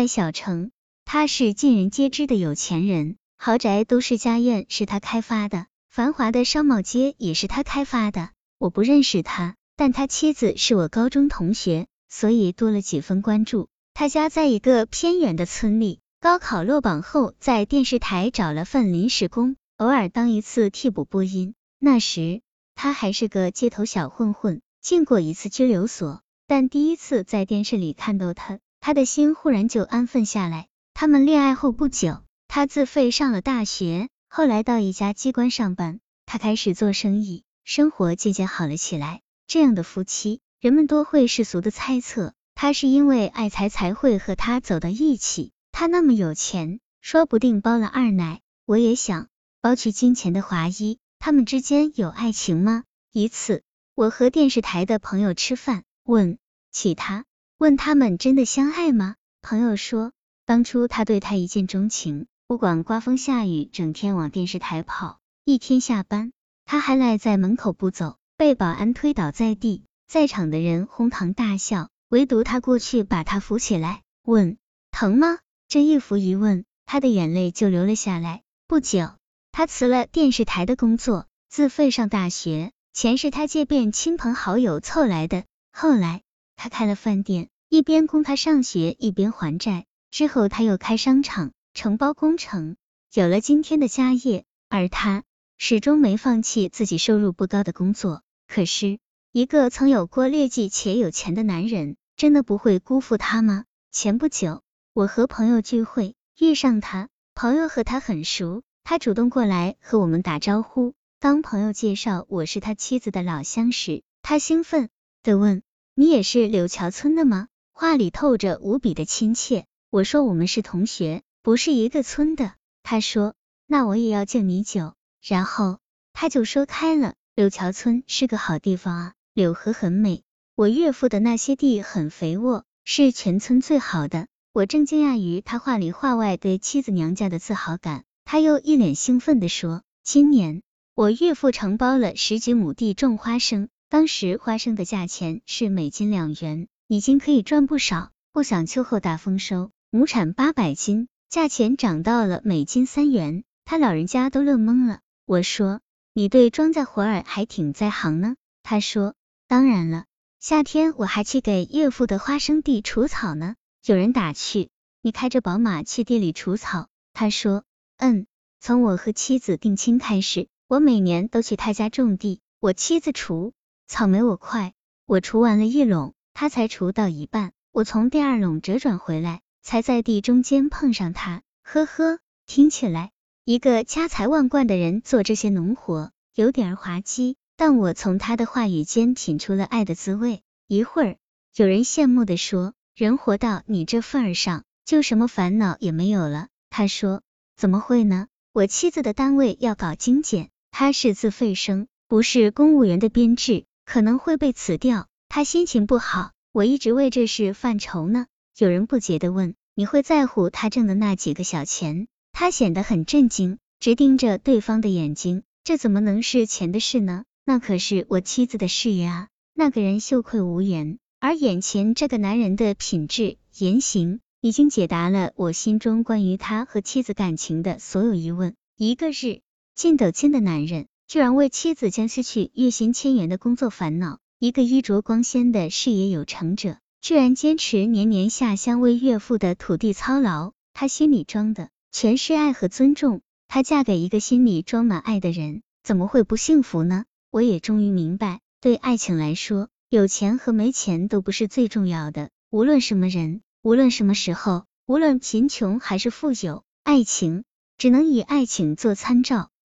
在小城，他是尽人皆知的有钱人，豪宅都市家苑是他开发的，繁华的商贸街也是他开发的。我不认识他，但他妻子是我高中同学，所以多了几分关注。他家在一个偏远的村里，高考落榜后在电视台找了份临时工，偶尔当一次替补播音。那时他还是个街头小混混，进过一次拘留所，但第一次在电视里看到他，他的心忽然就安分下来。他们恋爱后不久，他自费上了大学，后来到一家机关上班，他开始做生意，生活渐渐好了起来。这样的夫妻，人们多会世俗的猜测，他是因为爱财才会和他走到一起。他那么有钱，说不定包了二奶。我也想剥去金钱的华衣，他们之间有爱情吗？一次，我和电视台的朋友吃饭，问他们真的相爱吗？朋友说，当初他对他一见钟情，不管刮风下雨，整天往电视台跑。一天下班，他还赖在门口不走，被保安推倒在地，在场的人哄堂大笑，唯独他过去把他扶起来，问疼吗？这一扶一问，他的眼泪就流了下来。不久，他辞了电视台的工作，自费上大学，钱是他借遍亲朋好友凑来的。后来他开了饭店，一边供他上学，一边还债。之后他又开商场，承包工程，有了今天的家业。而他始终没放弃自己收入不高的工作。可是，一个曾有过劣迹且有钱的男人，真的不会辜负他吗？前不久，我和朋友聚会，遇上他，朋友和他很熟，他主动过来和我们打招呼。当朋友介绍我是他妻子的老乡时，他兴奋地问，你也是柳桥村的吗？话里透着无比的亲切。我说我们是同学，不是一个村的。他说，那我也要敬你酒。然后他就说开了，柳桥村是个好地方啊，柳河很美，我岳父的那些地很肥沃，是全村最好的。我正惊讶于他话里话外对妻子娘家的自豪感，他又一脸兴奋地说，今年我岳父承包了10几亩地种花生，当时花生的价钱是每斤2元，已经可以赚不少。不想秋后大丰收，亩产800斤，价钱涨到了每斤3元，他老人家都乐懵了。我说，你对庄稼活儿还挺在行呢？他说，当然了，夏天我还去给岳父的花生地除草呢。有人打趣，你开着宝马去地里除草？他说，从我和妻子定亲开始，我每年都去他家种地，我妻子除草没我快，我除完了1垄，他才除到一半，我从第2垄折转回来，才在地中间碰上他。呵呵，听起来一个家财万贯的人做这些农活有点滑稽，但我从他的话语间品出了爱的滋味。一会儿，有人羡慕地说，人活到你这份儿上，就什么烦恼也没有了。他说，怎么会呢？我妻子的单位要搞精简，他是自费生，不是公务员的编制，可能会被辞掉，他心情不好，我一直为这事犯愁呢。有人不解地问，你会在乎他挣的那几个小钱？他显得很震惊，直盯着对方的眼睛，这怎么能是钱的事呢？那可是我妻子的事业啊。那个人羞愧无言，而眼前这个男人的品质言行已经解答了我心中关于他和妻子感情的所有疑问。一个日进斗金的男人，居然为妻子将失去月薪1000元的工作烦恼；一个衣着光鲜的事业有成者，居然坚持年年下乡为岳父的土地操劳。他心里装的全是爱和尊重，她嫁给一个心里装满爱的人，怎么会不幸福呢？我也终于明白，对爱情来说，有钱和没钱都不是最重要的。无论什么人，无论什么时候，无论贫穷还是富有，爱情只能以爱情做参照。